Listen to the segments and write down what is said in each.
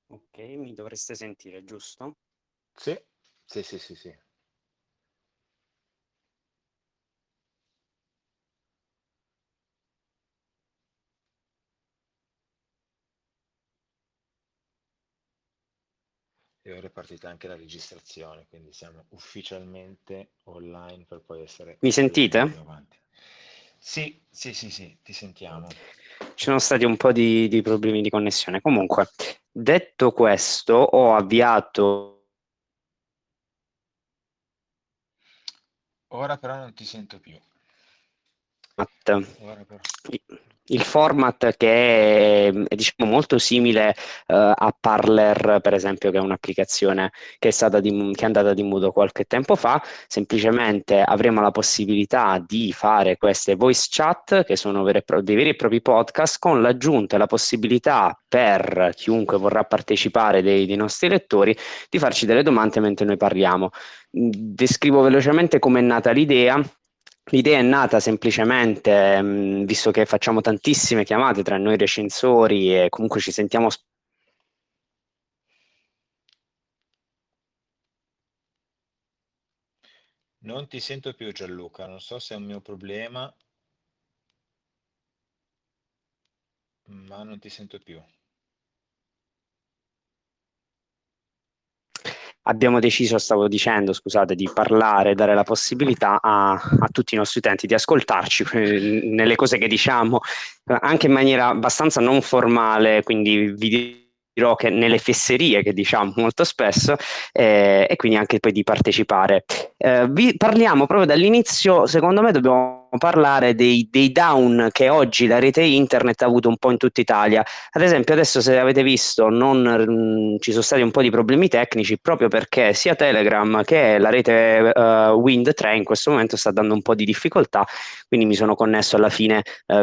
Ok, mi dovreste sentire, giusto? Sì, sì, sì, sì, sì. E ora è partita anche la registrazione, quindi siamo ufficialmente online per poi essere Mi offline sentite? più avanti. Sì, sì, sì, sì, ti sentiamo. Ci sono stati un po' di problemi di connessione. Comunque, detto questo, ho avviato. Ora però non ti sento più. Ora però. Il format che è, diciamo, molto simile a Parler, per esempio, che è un'applicazione che è andata di moda qualche tempo fa. Semplicemente avremo la possibilità di fare queste voice chat, che sono dei veri e propri podcast, con l'aggiunta e la possibilità per chiunque vorrà partecipare dei nostri lettori di farci delle domande mentre noi parliamo. Descrivo velocemente come è nata l'idea. L'idea è nata semplicemente, visto che facciamo tantissime chiamate tra noi recensori e comunque ci sentiamo. Non ti sento più Gianluca, non so se è un mio problema, ma non ti sento più. Abbiamo deciso, stavo dicendo, scusate, di parlare, dare la possibilità a tutti i nostri utenti di ascoltarci nelle cose che diciamo, anche in maniera abbastanza non formale, quindi vi dirò che nelle fesserie che diciamo molto spesso, e quindi anche poi di partecipare. Vi parliamo proprio dall'inizio, secondo me dobbiamo parlare dei down che oggi la rete internet ha avuto un po' in tutta Italia. Ad esempio, adesso se avete visto, ci sono stati un po' di problemi tecnici proprio perché sia Telegram che la rete Wind 3 in questo momento sta dando un po' di difficoltà, quindi mi sono connesso alla fine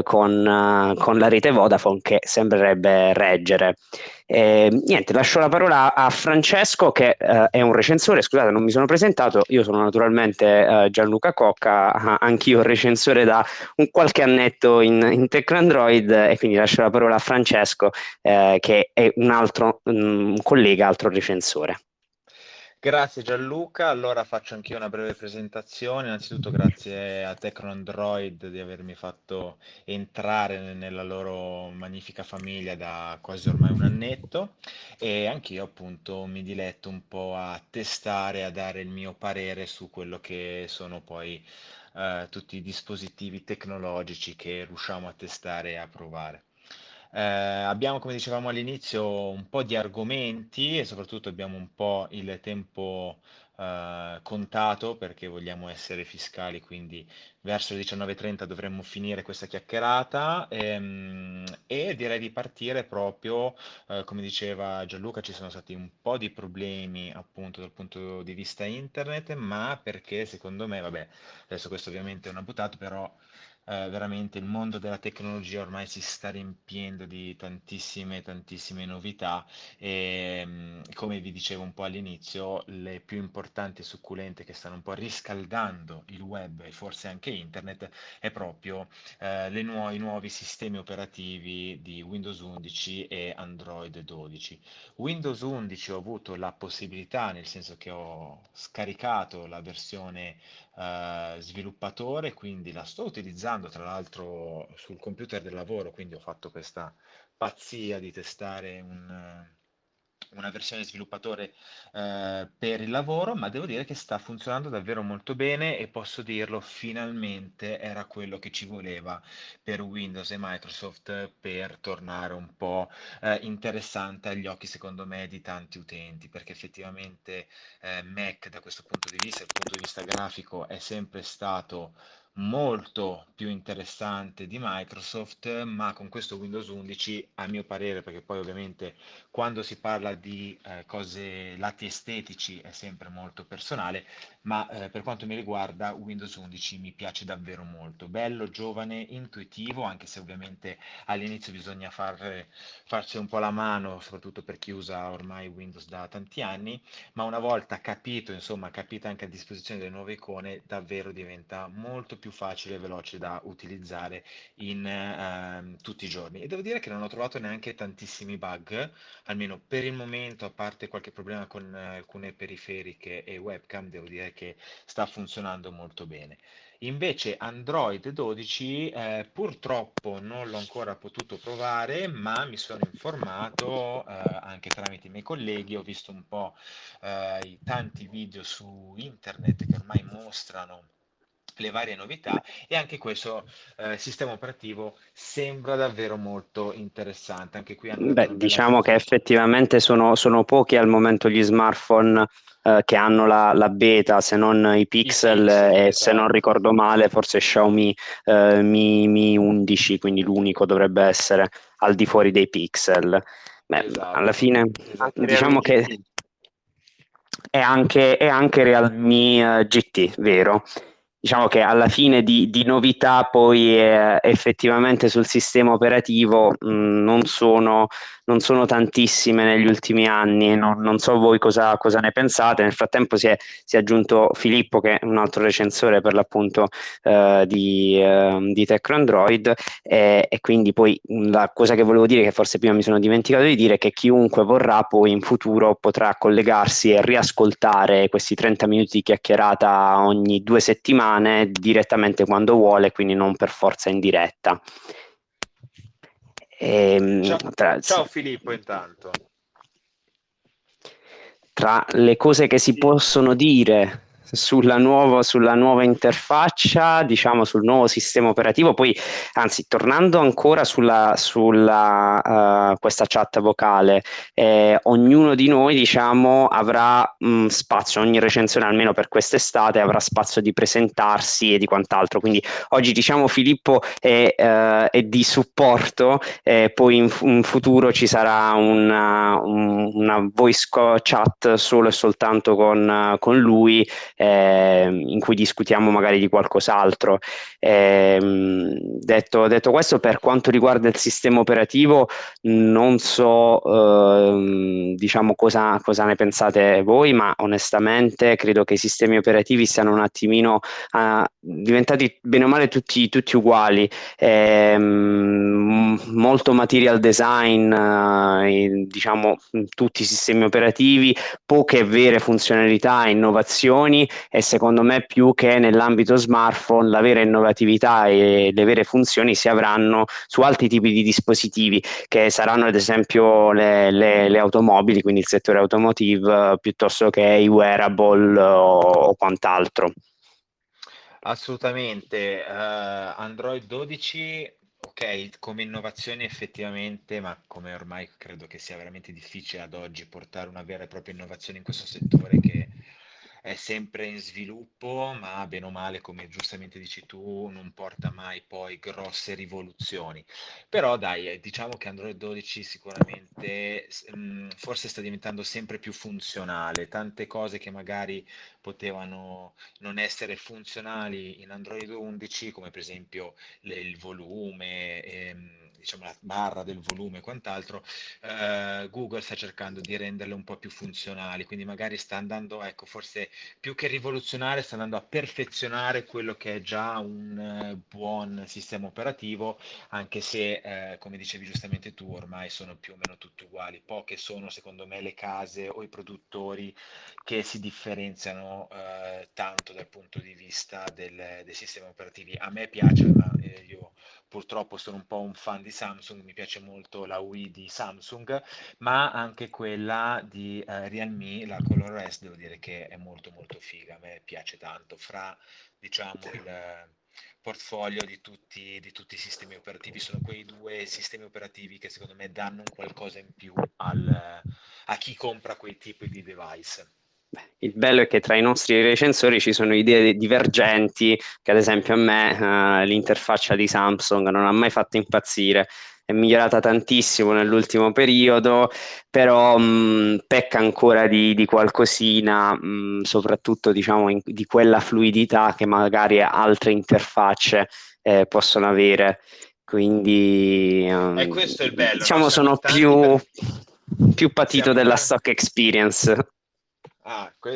con la rete Vodafone che sembrerebbe reggere. Niente, lascio la parola a Francesco che è un recensore, scusate, non mi sono presentato, io sono naturalmente Gianluca Cocca, anch'io recensore da un qualche annetto in Tecno Android e quindi lascio la parola a Francesco che è un collega, altro recensore. Grazie Gianluca, allora faccio anch'io una breve presentazione. Innanzitutto grazie a Tecno Android di avermi fatto entrare nella loro magnifica famiglia da quasi ormai un annetto e anch'io appunto mi diletto un po' a testare, a dare il mio parere su quello che sono poi tutti i dispositivi tecnologici che riusciamo a testare e a provare. Abbiamo, come dicevamo all'inizio, un po' di argomenti e soprattutto abbiamo un po' il tempo contato perché vogliamo essere fiscali, quindi verso le 19:30 dovremmo finire questa chiacchierata e direi di partire proprio, come diceva Gianluca, ci sono stati un po' di problemi appunto dal punto di vista internet, ma perché secondo me, vabbè, adesso questo ovviamente è una buttata, però veramente il mondo della tecnologia ormai si sta riempiendo di tantissime, tantissime novità e come vi dicevo un po' all'inizio, le più importanti e succulente che stanno un po' riscaldando il web e forse anche internet è proprio i nuovi sistemi operativi di Windows 11 e Android 12. Windows 11 ho avuto la possibilità, nel senso che ho scaricato la versione sviluppatore, quindi la sto utilizzando tra l'altro sul computer del lavoro, quindi ho fatto questa pazzia di testare una versione sviluppatore per il lavoro, ma devo dire che sta funzionando davvero molto bene e posso dirlo, finalmente era quello che ci voleva per Windows e Microsoft per tornare un po' interessante agli occhi, secondo me, di tanti utenti, perché effettivamente Mac da questo punto di vista, dal punto di vista grafico, è sempre stato molto più interessante di Microsoft, ma con questo Windows 11, a mio parere, perché poi ovviamente quando si parla di cose, lati estetici è sempre molto personale, ma per quanto mi riguarda Windows 11 mi piace davvero molto, bello, giovane, intuitivo, anche se ovviamente all'inizio bisogna farsi un po' la mano, soprattutto per chi usa ormai Windows da tanti anni, ma una volta capito, insomma, capita anche a disposizione delle nuove icone, davvero diventa molto più facile e veloce da utilizzare in tutti i giorni. E devo dire che non ho trovato neanche tantissimi bug, almeno per il momento, a parte qualche problema con alcune periferiche e webcam, devo dire che sta funzionando molto bene. Invece Android 12 purtroppo non l'ho ancora potuto provare, ma mi sono informato anche tramite i miei colleghi, ho visto un po' i tanti video su internet che ormai mostrano le varie novità e anche questo sistema operativo sembra davvero molto interessante. Anche qui hanno dato Beh, una bella diciamo che aggiornata. effettivamente sono pochi al momento gli smartphone che hanno la beta, se non i I Pixel pixel, e se non esatto. ricordo male, forse Xiaomi Mi 11, quindi l'unico dovrebbe essere al di fuori dei Pixel. Beh, alla Esatto, fine esatto. Realme diciamo che GT. è anche Realme GT, vero? Diciamo che alla fine di novità poi effettivamente sul sistema operativo non sono tantissime negli ultimi anni, non so voi cosa ne pensate. Nel frattempo si è aggiunto Filippo, che è un altro recensore per l'appunto di Tecno Android, e quindi poi la cosa che volevo dire, che forse prima mi sono dimenticato di dire, è che chiunque vorrà poi in futuro potrà collegarsi e riascoltare questi 30 minuti di chiacchierata ogni 2 settimane direttamente quando vuole, quindi non per forza in diretta. Ehm, Ciao, tra, ciao Filippo, intanto. tra le cose che si Sì. possono dire sulla nuova interfaccia, diciamo sul nuovo sistema operativo, poi anzi, tornando ancora sulla questa chat vocale, ognuno di noi, diciamo, avrà spazio, ogni recensione, almeno per quest'estate, avrà spazio di presentarsi e di quant'altro. Quindi oggi, diciamo, Filippo è di supporto, poi in futuro ci sarà una chat solo e soltanto con lui, in cui discutiamo magari di qualcos'altro. Detto questo, per quanto riguarda il sistema operativo, non so, diciamo, cosa ne pensate voi, ma onestamente credo che i sistemi operativi siano un attimino diventati bene o male tutti uguali. Molto material design, diciamo, tutti i sistemi operativi, poche vere funzionalità e innovazioni, e secondo me più che nell'ambito smartphone la vera innovatività e le vere funzioni si avranno su altri tipi di dispositivi, che saranno ad esempio le automobili, quindi il settore automotive, piuttosto che i wearable o quant'altro. Assolutamente, Android 12, ok, come innovazione effettivamente, ma come ormai credo che sia veramente difficile ad oggi portare una vera e propria innovazione in questo settore che è sempre in sviluppo, ma bene o male, come giustamente dici tu, non porta mai poi grosse rivoluzioni. Però dai, diciamo che Android 12 sicuramente forse sta diventando sempre più funzionale, tante cose che magari potevano non essere funzionali in Android 11, come per esempio il volume, diciamo la barra del volume e quant'altro. Google sta cercando di renderle un po' più funzionali, quindi magari sta andando, ecco, forse più che rivoluzionare, sta andando a perfezionare quello che è già un buon sistema operativo, anche se, come dicevi giustamente tu, ormai sono più o meno tutti uguali. Poche sono, secondo me, le case o i produttori che si differenziano tanto dal punto di vista dei sistemi operativi. A me piace, ma io purtroppo sono un po' un fan di Samsung, mi piace molto la Wii di Samsung, ma anche quella di Realme, la ColorOS, devo dire che è molto molto figa, a me piace tanto. Fra, diciamo, il portfolio di tutti i sistemi operativi, sono quei due sistemi operativi che secondo me danno un qualcosa in più a chi compra quei tipi di device. Il bello è che tra i nostri recensori ci sono idee divergenti, che ad esempio a me l'interfaccia di Samsung non ha mai fatto impazzire. È migliorata tantissimo nell'ultimo periodo, però pecca ancora di qualcosina, soprattutto diciamo di quella fluidità che magari altre interfacce possono avere. Quindi E questo è il bello, no? diciamo Siamo sono in tanti per... più patito Siamo in della tanti... stock experience. Ah,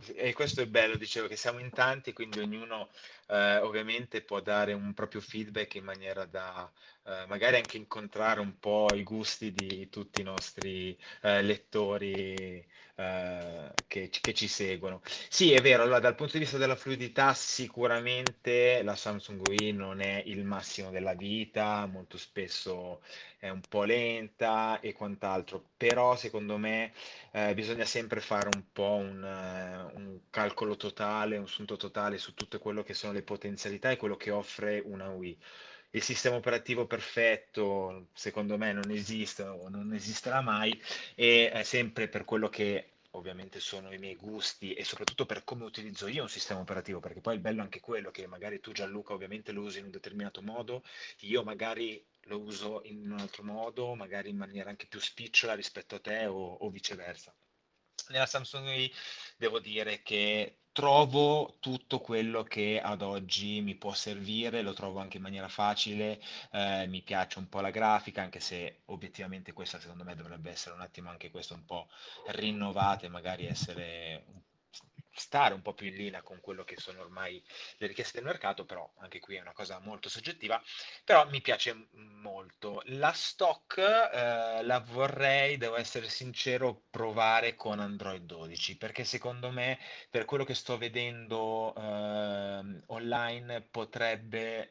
E questo è bello, dicevo che siamo in tanti, quindi ognuno ovviamente può dare un proprio feedback in maniera da magari anche incontrare un po' i gusti di tutti i nostri lettori che ci seguono. Sì, è vero, allora dal punto di vista della fluidità sicuramente la Samsung Wii non è il massimo della vita, molto spesso è un po' lenta e quant'altro, però secondo me bisogna sempre fare un po' un calcolo totale, un sunto totale su tutto quello che sono le potenzialità e quello che offre una Wii. Il sistema operativo perfetto, secondo me, non esiste o non esisterà mai, e è sempre per quello che ovviamente sono i miei gusti e soprattutto per come utilizzo io un sistema operativo, perché poi il bello è anche quello che magari tu Gianluca ovviamente lo usi in un determinato modo, io magari lo uso in un altro modo, magari in maniera anche più spicciola rispetto a te o viceversa. Nella Samsung devo dire che trovo tutto quello che ad oggi mi può servire, lo trovo anche in maniera facile, mi piace un po' la grafica, anche se obiettivamente questa secondo me dovrebbe essere un attimo anche questo un po' rinnovata e magari stare un po' più in linea con quello che sono ormai le richieste del mercato, però anche qui è una cosa molto soggettiva, però mi piace molto. La stock la vorrei, devo essere sincero, provare con Android 12, perché secondo me, per quello che sto vedendo online, potrebbe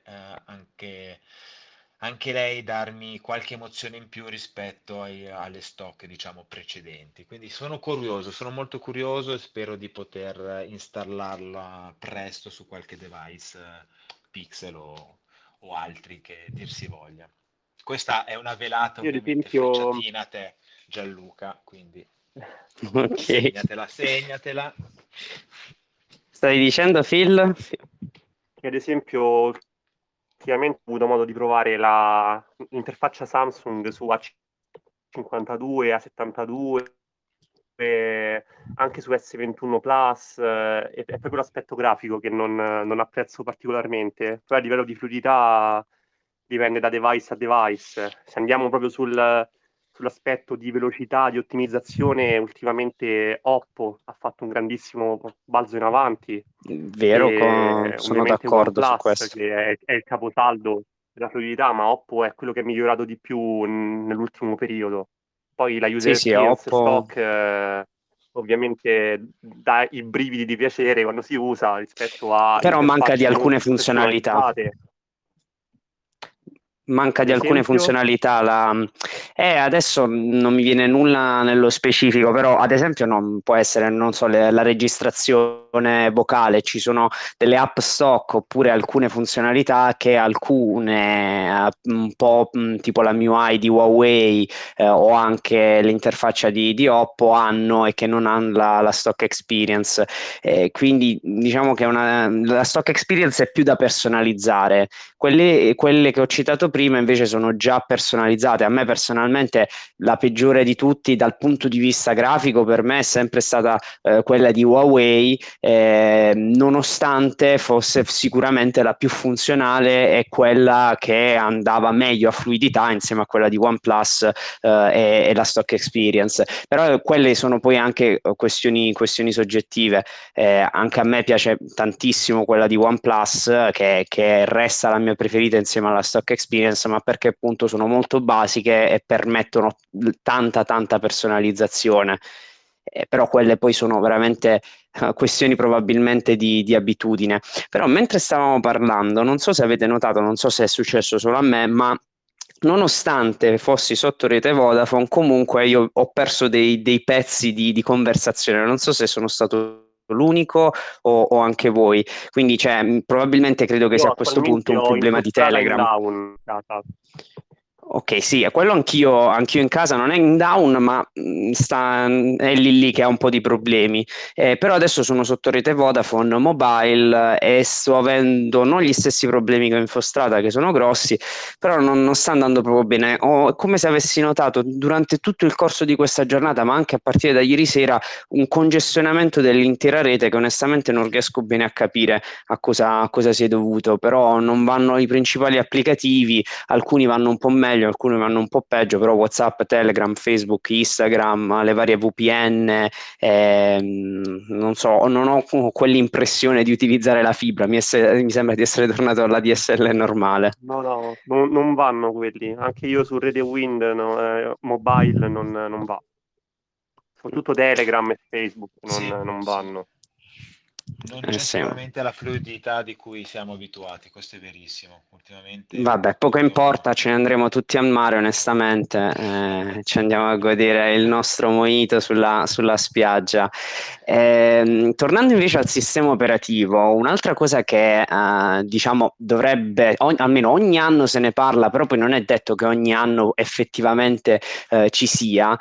anche lei darmi qualche emozione in più rispetto alle stock, diciamo, precedenti. Quindi sono molto curioso e spero di poter installarla presto su qualche device Pixel o altri che dir si voglia. Questa è una velata Io ad ovviamente esempio, frecciatina a te, Gianluca, quindi Ok. segnatela, segnatela. Stavi dicendo, Phil? che ad esempio ultimamente ho avuto modo di provare l'interfaccia Samsung su A52, A72, anche su S21 Plus, è proprio l'aspetto grafico che non apprezzo particolarmente. Poi a livello di fluidità dipende da device a device. Se andiamo proprio sull'aspetto di velocità, di ottimizzazione, ultimamente Oppo ha fatto un grandissimo balzo in avanti Vero, e sono ovviamente d'accordo su OnePlus questo. che è il caposaldo della fluidità, ma Oppo è quello che è migliorato di più nell'ultimo periodo. Poi la user Sì, sì, experience Oppo, stock ovviamente dà i brividi di piacere quando si usa rispetto a però manca di interfacce alcune molto più funzionalità. personalizzate. Manca Ad di alcune esempio, funzionalità. Adesso non mi viene nulla nello specifico, però ad esempio non può essere, non so, la registrazione vocale. Ci sono delle app stock oppure alcune funzionalità che alcune, un po' tipo la MIUI di Huawei o anche l'interfaccia di Oppo hanno e che non hanno la stock experience. Quindi diciamo che la stock experience è più da personalizzare. Quelle che ho citato prima invece sono già personalizzate. A me personalmente la peggiore di tutti dal punto di vista grafico per me è sempre stata quella di Huawei, nonostante fosse sicuramente la più funzionale e quella che andava meglio a fluidità insieme a quella di OnePlus e la stock experience. Però quelle sono poi anche questioni soggettive. Anche a me piace tantissimo quella di OnePlus, che resta la mia preferita insieme alla Stock Experience, ma perché appunto sono molto basiche e permettono tanta personalizzazione. Però quelle poi sono veramente questioni probabilmente di abitudine. Però mentre stavamo parlando, non so se avete notato, non so se è successo solo a me, ma nonostante fossi sotto rete Vodafone, comunque io ho perso dei pezzi di conversazione. Non so se sono stato l'unico o anche voi. Quindi, cioè, probabilmente credo che sia io a questo punto attualmente un ho problema di infustrata in Telegram. down data. Ok, sì, è quello anch'io in casa non è in down, ma è lì che ha un po' di problemi. Però adesso sono sotto rete Vodafone Mobile e sto avendo non gli stessi problemi che ho in Infostrada, che sono grossi, però non sta andando proprio bene. Ho come se avessi notato durante tutto il corso di questa giornata, ma anche a partire da ieri sera, un congestionamento dell'intera rete che onestamente non riesco bene a capire a cosa sia dovuto, però non vanno i principali applicativi, alcuni vanno un po' meglio, meglio, alcune vanno un po' peggio, però WhatsApp, Telegram, Facebook, Instagram, le varie VPN, non so, non ho quell'impressione di utilizzare la fibra, mi sembra di essere tornato alla DSL normale. No, no, non vanno quelli. Anche io su Rete Wind mobile non va. Soprattutto Telegram e Facebook Sì, non sì. vanno. Non c'è Sì. sicuramente la fluidità di cui siamo abituati, questo è verissimo. Ultimamente Vabbè, poco proprio... importa, ce ne andremo tutti al mare, onestamente, ci andiamo a godere il nostro mojito sulla spiaggia. Tornando invece al sistema operativo, un'altra cosa che diciamo dovrebbe, almeno ogni anno se ne parla, però poi non è detto che ogni anno effettivamente ci sia,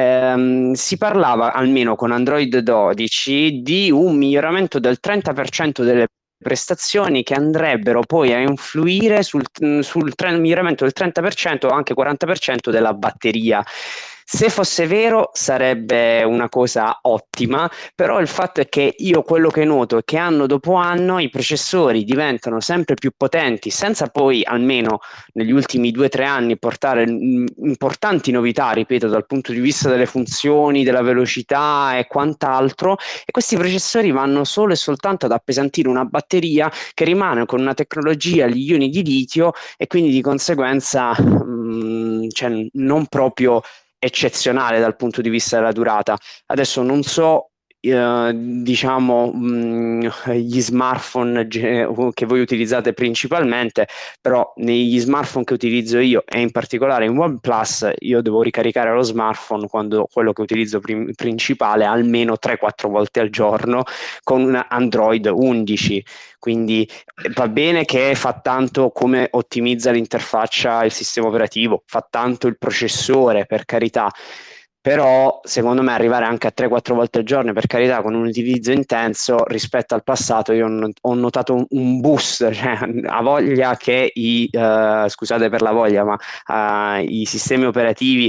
si parlava almeno con Android 12 di un miglioramento del 30% delle prestazioni che andrebbero poi a influire sul miglioramento del 30% o anche 40% della batteria. Se fosse vero sarebbe una cosa ottima, però il fatto è che io quello che noto è che anno dopo anno i processori diventano sempre più potenti, senza poi, almeno negli ultimi 2 o 3 anni, portare importanti novità, ripeto, dal punto di vista delle funzioni, della velocità e quant'altro, e questi processori vanno solo e soltanto ad appesantire una batteria che rimane con una tecnologia agli ioni di litio e quindi di conseguenza cioè, non proprio eccezionale dal punto di vista della durata. Adesso non so diciamo gli smartphone che voi utilizzate principalmente, però negli smartphone che utilizzo io e in particolare in OnePlus io devo ricaricare lo smartphone quando quello che utilizzo principale almeno 3-4 volte al giorno con un Android 11, quindi va bene che fa tanto come ottimizza l'interfaccia il sistema operativo, fa tanto il processore, per carità, però secondo me arrivare anche a 3-4 volte al giorno, per carità, con un utilizzo intenso rispetto al passato, io ho notato un boost, cioè a voglia che scusate per la voglia, ma i sistemi operativi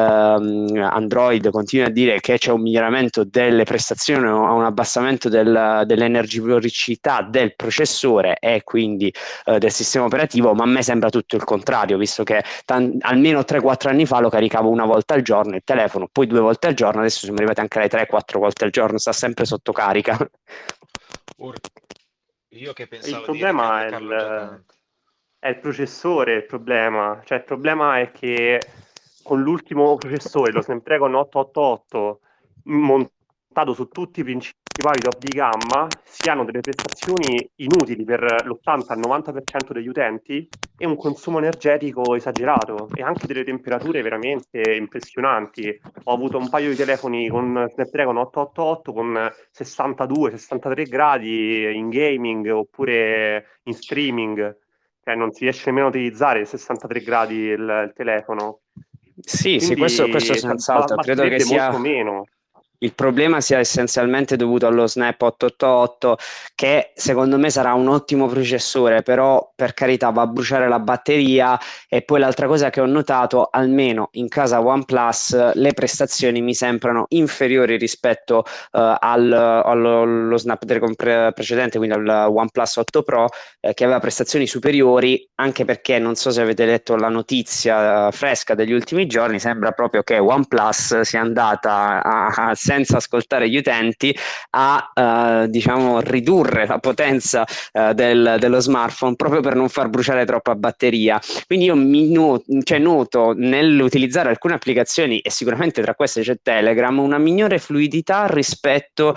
Android continuano a dire che c'è un miglioramento delle prestazioni o un abbassamento dell'energivoricità del processore e quindi del sistema operativo, ma a me sembra tutto il contrario, visto che almeno 3-4 anni fa lo caricavo una volta al giorno il telefono, poi 2 volte al giorno, adesso siamo arrivati anche alle 3-4 volte al giorno, sta sempre sotto carica. Or- Io che Il pensavo di problema ricaricarlo già tanto. è il processore, il problema. Cioè, il problema è che con l'ultimo processore, lo Snapdragon 888, montato su tutti i principali top di gamma, si hanno delle prestazioni inutili per l'80-90% degli utenti e un consumo energetico esagerato e anche delle temperature veramente impressionanti. Ho avuto un paio di telefoni con Snapdragon 888 con 62-63 gradi in gaming oppure in streaming, cioè non si riesce nemmeno a utilizzare 63 gradi il telefono. Sì, sì, questo Quindi cioè, senz'altro, credo che basterebbe sia molto meno. il problema sia essenzialmente dovuto allo Snap 888, che secondo me sarà un ottimo processore, però per carità va a bruciare la batteria. E poi l'altra cosa che ho notato, almeno in casa OnePlus, le prestazioni mi sembrano inferiori rispetto allo Snapdragon precedente, quindi al OnePlus 8 Pro, che aveva prestazioni superiori, anche perché non so se avete letto la notizia fresca degli ultimi giorni, sembra proprio che OnePlus sia andata senza ascoltare gli utenti a diciamo ridurre la potenza dello smartphone proprio per non far bruciare troppa batteria. Quindi io cioè, noto nell'utilizzare alcune applicazioni, e sicuramente tra queste c'è Telegram, una migliore fluidità rispetto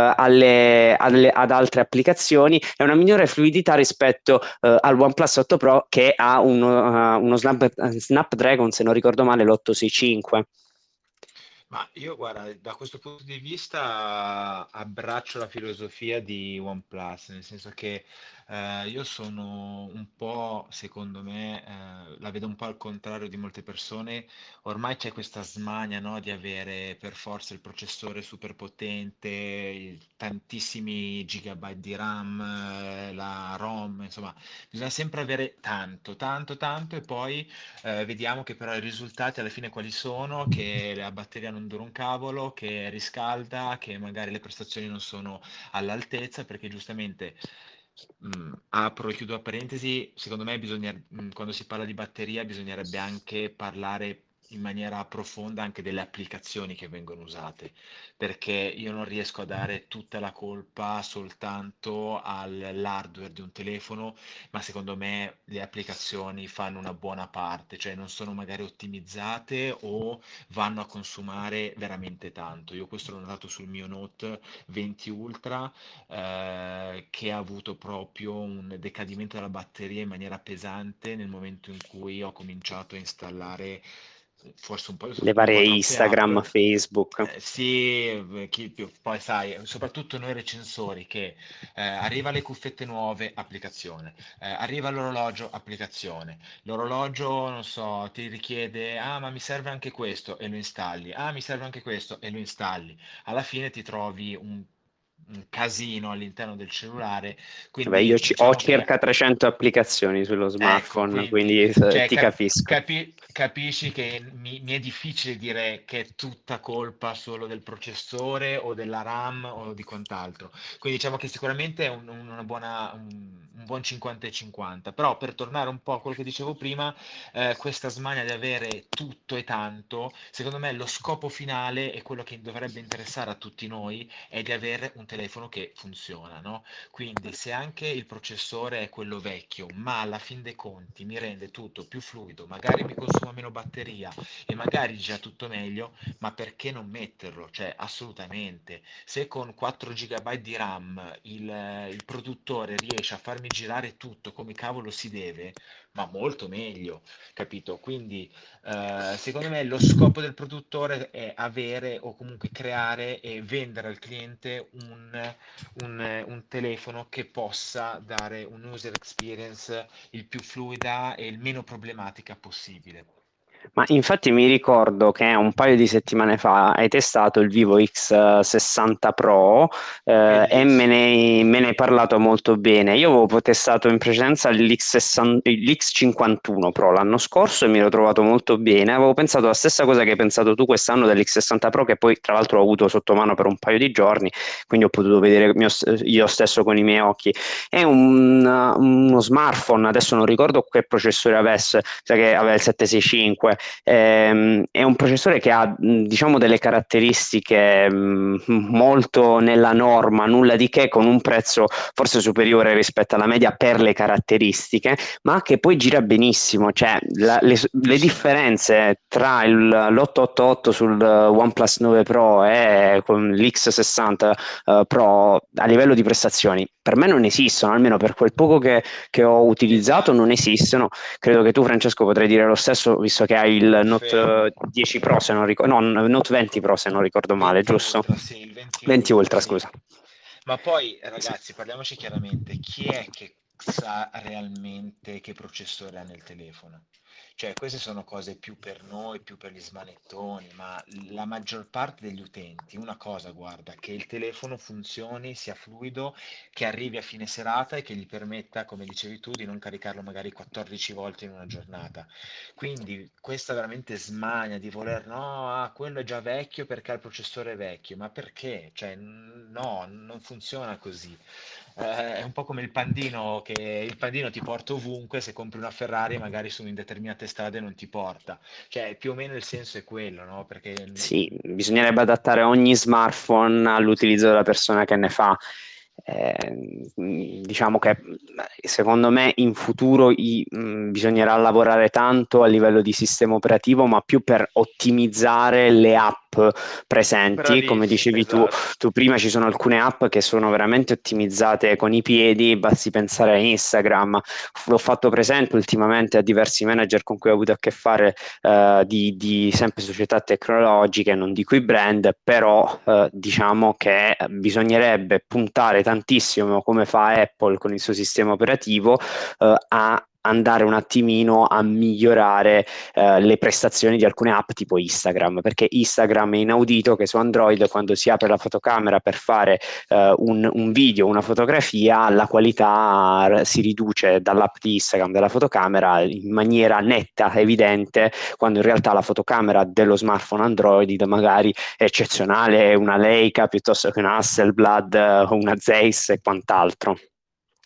ad altre applicazioni e una migliore fluidità rispetto al OnePlus 8 Pro, che ha uno Snapdragon, se non ricordo male, l'865. Ma io, guarda, da questo punto di vista abbraccio la filosofia di OnePlus, nel senso che io sono un po', secondo me, la vedo un po' al contrario di molte persone. Ormai c'è questa smania, no, di avere per forza il processore super potente, tantissimi gigabyte di RAM, la ROM, insomma, bisogna sempre avere tanto, tanto, tanto e poi vediamo che però i risultati alla fine quali sono, che la batteria non dura un cavolo, che riscalda, che magari le prestazioni non sono all'altezza, perché giustamente Apro e chiudo la parentesi, secondo me quando si parla di batteria bisognerebbe anche parlare in maniera profonda anche delle applicazioni che vengono usate, perché io non riesco a dare tutta la colpa soltanto all'hardware di un telefono, ma secondo me le applicazioni fanno una buona parte, cioè non sono magari ottimizzate o vanno a consumare veramente tanto. Io questo l'ho notato sul mio Note 20 Ultra, che ha avuto proprio un decadimento della batteria in maniera pesante nel momento in cui ho cominciato a installare forse Le un po' varie troppe app. Instagram, Facebook. Sì, poi sai, soprattutto noi recensori che arriva le cuffiette nuove, applicazione, arriva l'orologio, applicazione, l'orologio, non so, ti richiede, ah, ma mi serve anche questo e lo installi, ah, mi serve anche questo e lo installi. Alla fine ti trovi un casino all'interno del cellulare, Vabbè, io quindi ho diciamo che circa 300 applicazioni sullo ecco, smartphone, quindi quindi cioè, ti capisco. capisci che mi è difficile dire che è tutta colpa solo del processore o della RAM o di quant'altro. Quindi diciamo che sicuramente è un buon 50 e 50. Però per tornare un po' a quello che dicevo prima, questa smania di avere tutto e tanto, secondo me lo scopo finale e quello che dovrebbe interessare a tutti noi è di avere un telefono che funziona, no? Quindi se anche il processore è quello vecchio, ma alla fin dei conti mi rende tutto più fluido, magari mi consuma meno batteria e magari già tutto meglio, ma perché non metterlo? Cioè, assolutamente. Se con 4 GB di RAM il produttore riesce a farmi girare tutto come cavolo si deve, ma molto meglio, capito? Quindi secondo me lo scopo del produttore è avere o comunque creare e vendere al cliente un telefono che possa dare un user experience il più fluida e il meno problematica possibile. Ma infatti mi ricordo che un paio di settimane fa hai testato il Vivo X60 Pro, e Bellissimo. me ne hai parlato molto bene. Io avevo testato in precedenza l'X51 Pro l'anno scorso e mi ero trovato molto bene. Avevo pensato la stessa cosa che hai pensato tu quest'anno dell'X60 Pro, che poi tra l'altro ho avuto sotto mano per un paio di giorni, quindi ho potuto vedere io stesso con i miei occhi. È uno smartphone, adesso non ricordo che processore avesse, sai che aveva il 765. È un processore che ha, diciamo, delle caratteristiche molto nella norma, nulla di che, con un prezzo forse superiore rispetto alla media per le caratteristiche, ma che poi gira benissimo. Cioè, le Sì. differenze tra l'888 sul OnePlus 9 Pro e con l'X60 Pro a livello di prestazioni per me non esistono, almeno per quel poco che ho utilizzato non Esatto, esistono. Credo che tu, Francesco, potrai dire lo stesso, visto che hai il Note confermo. 10 Pro, se non ricordo, no, Note 20 Pro, se non ricordo male, 20 giusto? Ultra, sì, il 20 20 Ultra, Ultra, sì. scusa. Ma poi, Sì. ragazzi, parliamoci chiaramente, chi è che sa realmente che processore ha nel telefono? Cioè, queste sono cose più per noi, più per gli smanettoni, ma la maggior parte degli utenti, una cosa guarda, che il telefono funzioni, sia fluido, che arrivi a fine serata e che gli permetta, come dicevi tu, di non caricarlo magari 14 volte in una giornata. Quindi questa veramente smania di voler, no, quello è già vecchio perché ha il processore vecchio, ma perché? Cioè, no, non funziona così. È un po' come il pandino, che il pandino ti porta ovunque, se compri una Ferrari magari su determinate strade non ti porta. Cioè, più o meno il senso è quello, no? Perché Sì, bisognerebbe adattare ogni smartphone all'utilizzo della persona che ne fa. Diciamo che secondo me in futuro bisognerà lavorare tanto a livello di sistema operativo, ma più per ottimizzare le app presenti. Come bravissimo, dicevi tu, esatto. tu prima ci sono alcune app che sono veramente ottimizzate con i piedi, basti pensare a Instagram. L'ho fatto presente ultimamente a diversi manager con cui ho avuto a che fare, di sempre società tecnologiche, non dico i brand, però diciamo che bisognerebbe puntare tantissimo, come fa Apple con il suo sistema operativo, a andare un attimino a migliorare le prestazioni di alcune app tipo Instagram, perché Instagram è inaudito che su Android, quando si apre la fotocamera per fare un video, una fotografia, la qualità si riduce dall'app di Instagram della fotocamera in maniera netta, evidente, quando in realtà la fotocamera dello smartphone Android magari è eccezionale, è una Leica piuttosto che una Hasselblad, una Zeiss e quant'altro.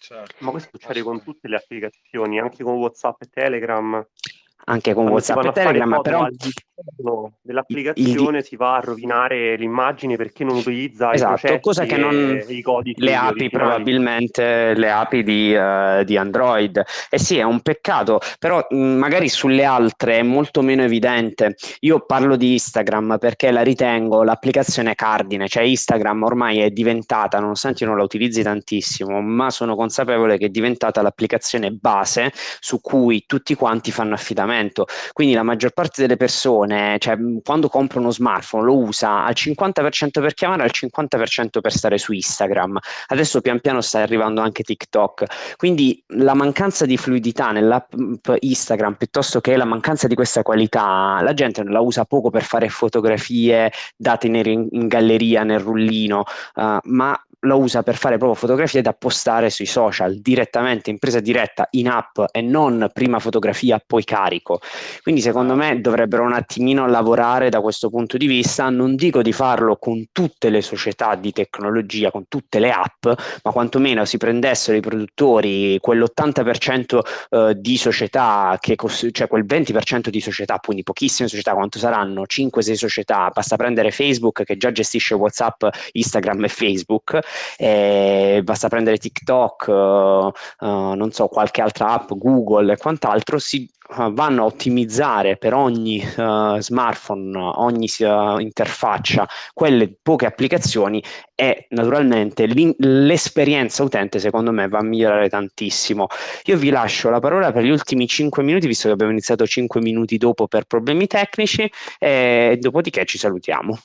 Certo, Ma questo succede con assolutamente. tutte le applicazioni, anche con WhatsApp e Telegram. Anche con Quando si WhatsApp vanno e a fare Telegram, foto però all'interno il di- dell'applicazione si va a rovinare l'immagine perché non utilizza i esatto, cosa processi che non e i codici le api originali. probabilmente, le api di Android. Eh sì, è un peccato, però magari sulle altre è molto meno evidente. Io parlo di Instagram perché la ritengo l'applicazione cardine, cioè Instagram ormai è diventata, nonostante io non la utilizzi tantissimo, ma sono consapevole che è diventata l'applicazione base su cui tutti quanti fanno affidamento. Quindi la maggior parte delle persone, cioè, quando compra uno smartphone, lo usa al 50% per chiamare, al 50% per stare su Instagram. Adesso pian piano sta arrivando anche TikTok. Quindi la mancanza di fluidità nell'app Instagram, piuttosto che la mancanza di questa qualità, la gente la usa poco per fare fotografie da tenere in galleria, nel rullino, ma lo usa per fare proprio fotografie da postare sui social direttamente, in presa diretta, in app e non prima fotografia, poi carico. Quindi secondo Chiaro. me dovrebbero un attimino lavorare da questo punto di vista, non dico di farlo con tutte le società di tecnologia, con tutte le app, ma quantomeno si prendessero i produttori quell'80% di società, cioè quel 20% di società, quindi pochissime società, quanto saranno? 5-6 società, basta prendere Facebook che già gestisce WhatsApp, Instagram e Facebook, basta prendere TikTok, non so, qualche altra app, Google e quant'altro, si vanno a ottimizzare per ogni smartphone, ogni interfaccia, quelle poche applicazioni e naturalmente l'esperienza utente secondo me va a migliorare tantissimo. Io vi lascio la parola per gli ultimi 5 minuti, visto che abbiamo iniziato 5 minuti dopo per problemi tecnici, e dopodiché ci salutiamo.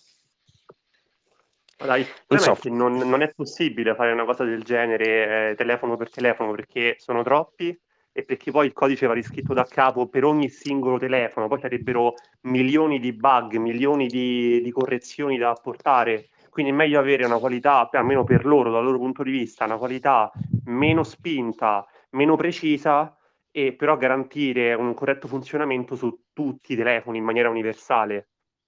Allora, il Non problema so. è che non è possibile fare una cosa del genere telefono per telefono perché sono troppi e perché poi il codice va riscritto da capo per ogni singolo telefono, poi sarebbero milioni di bug, milioni di correzioni da apportare, quindi è meglio avere una qualità, almeno per loro, dal loro punto di vista, una qualità meno spinta, meno precisa e però garantire un corretto funzionamento su tutti i telefoni in maniera universale.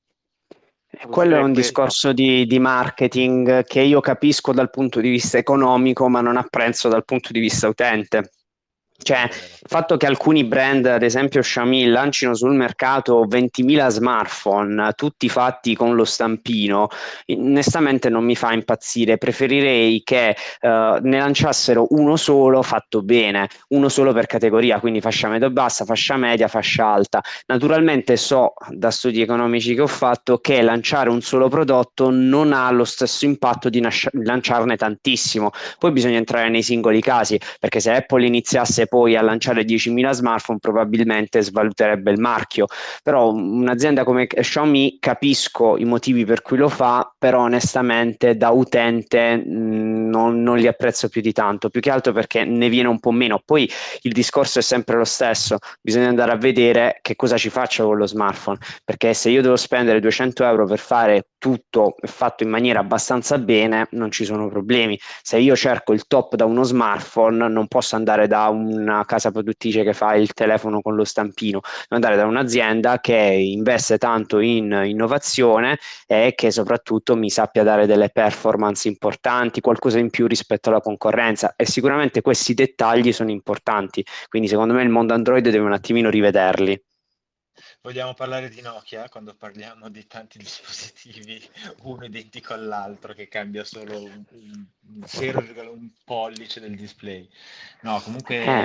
La Quello è questione è un questa. discorso di marketing che io capisco dal punto di vista economico, ma non apprezzo dal punto di vista utente. Cioè, Vero. il fatto che alcuni brand, ad esempio Xiaomi, lancino sul mercato 20.000 smartphone, tutti fatti con lo stampino, onestamente non mi fa impazzire. Preferirei che ne lanciassero uno solo fatto bene, uno solo per categoria, quindi fascia medio-bassa, fascia media, fascia alta. Naturalmente so da studi economici che ho fatto che lanciare un solo prodotto non ha lo stesso impatto di lanciarne tantissimo. Poi bisogna entrare nei singoli casi, perché se Apple iniziasse poi a lanciare 10.000 smartphone probabilmente svaluterebbe il marchio. Però un'azienda come Xiaomi capisco i motivi per cui lo fa, però onestamente da utente non li apprezzo più di tanto, più che altro perché ne viene un po' meno. Poi il discorso è sempre lo stesso, bisogna andare a vedere che cosa ci faccio con lo smartphone, perché se io devo spendere 200 euro per fare tutto fatto in maniera abbastanza bene, non ci sono problemi. Se io cerco il top da uno smartphone, non posso andare da una casa produttrice che fa il telefono con lo stampino, devo andare da un'azienda che investe tanto in innovazione e che soprattutto mi sappia dare delle performance importanti, qualcosa in più rispetto alla concorrenza. E sicuramente questi dettagli sono importanti, quindi secondo me il mondo Android deve un attimino rivederli. Vogliamo parlare di Nokia quando parliamo di tanti dispositivi, uno identico all'altro, che cambia solo un 0,1 pollice del display. No, comunque Eh,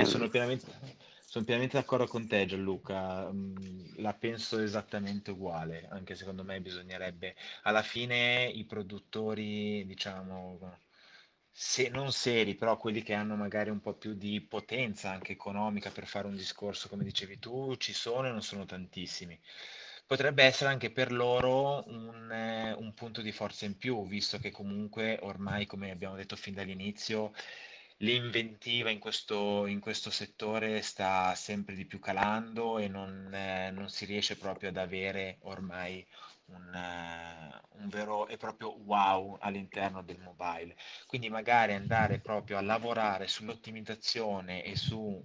sono pienamente d'accordo con te, Gianluca. La penso esattamente uguale. Anche secondo me bisognerebbe, alla fine, i produttori, diciamo, se non seri, però quelli che hanno magari un po' più di potenza anche economica per fare un discorso, come dicevi tu, ci sono e non sono tantissimi. Potrebbe essere anche per loro un punto di forza in più, visto che comunque ormai, come abbiamo detto fin dall'inizio, l'inventiva in questo settore sta sempre di più calando e non si riesce proprio ad avere ormai un un vero e proprio wow all'interno del mobile. Quindi magari andare proprio a lavorare sull'ottimizzazione e su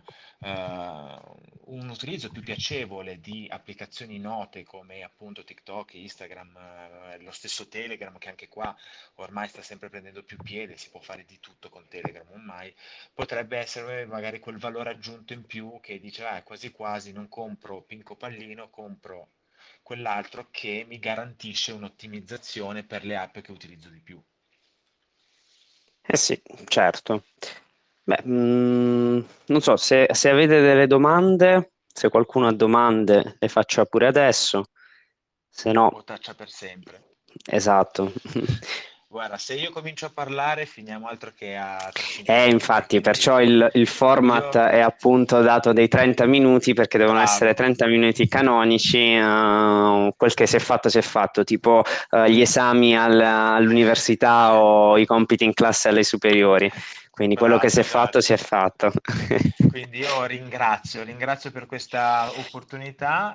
un utilizzo più piacevole di applicazioni note come appunto TikTok, Instagram, lo stesso Telegram, che anche qua ormai sta sempre prendendo più piede, si può fare di tutto con Telegram ormai, potrebbe essere magari quel valore aggiunto in più che dice, quasi quasi non compro Pinco Pallino, compro quell'altro che mi garantisce un'ottimizzazione per le app che utilizzo di più. Eh sì, certo. Beh, non so, se avete delle domande, se qualcuno ha domande, le faccia pure adesso, se O no, taccia per sempre. esatto. Guarda, se io comincio a parlare, finiamo altro che a 300 metri, Infatti, quindi perciò il format io, è appunto dato dei 30 minuti perché devono essere bravo, 30 minuti canonici, quel che si è fatto, tipo gli esami all'università o i compiti in classe alle superiori. Quindi quello che si bravo, è fatto si è esatto. fatto. Quindi io ringrazio per questa opportunità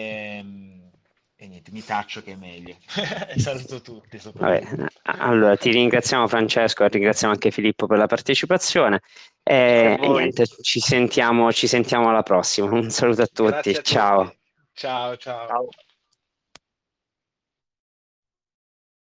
e niente, mi taccio che è meglio. E saluto tutti Vabbè, soprattutto. allora ti ringraziamo Francesco e ringraziamo anche Filippo per la partecipazione Grazie a e voi. niente, ci sentiamo alla prossima. Un saluto a tutti, Grazie a ciao. tutti. Ciao, ciao. Ciao.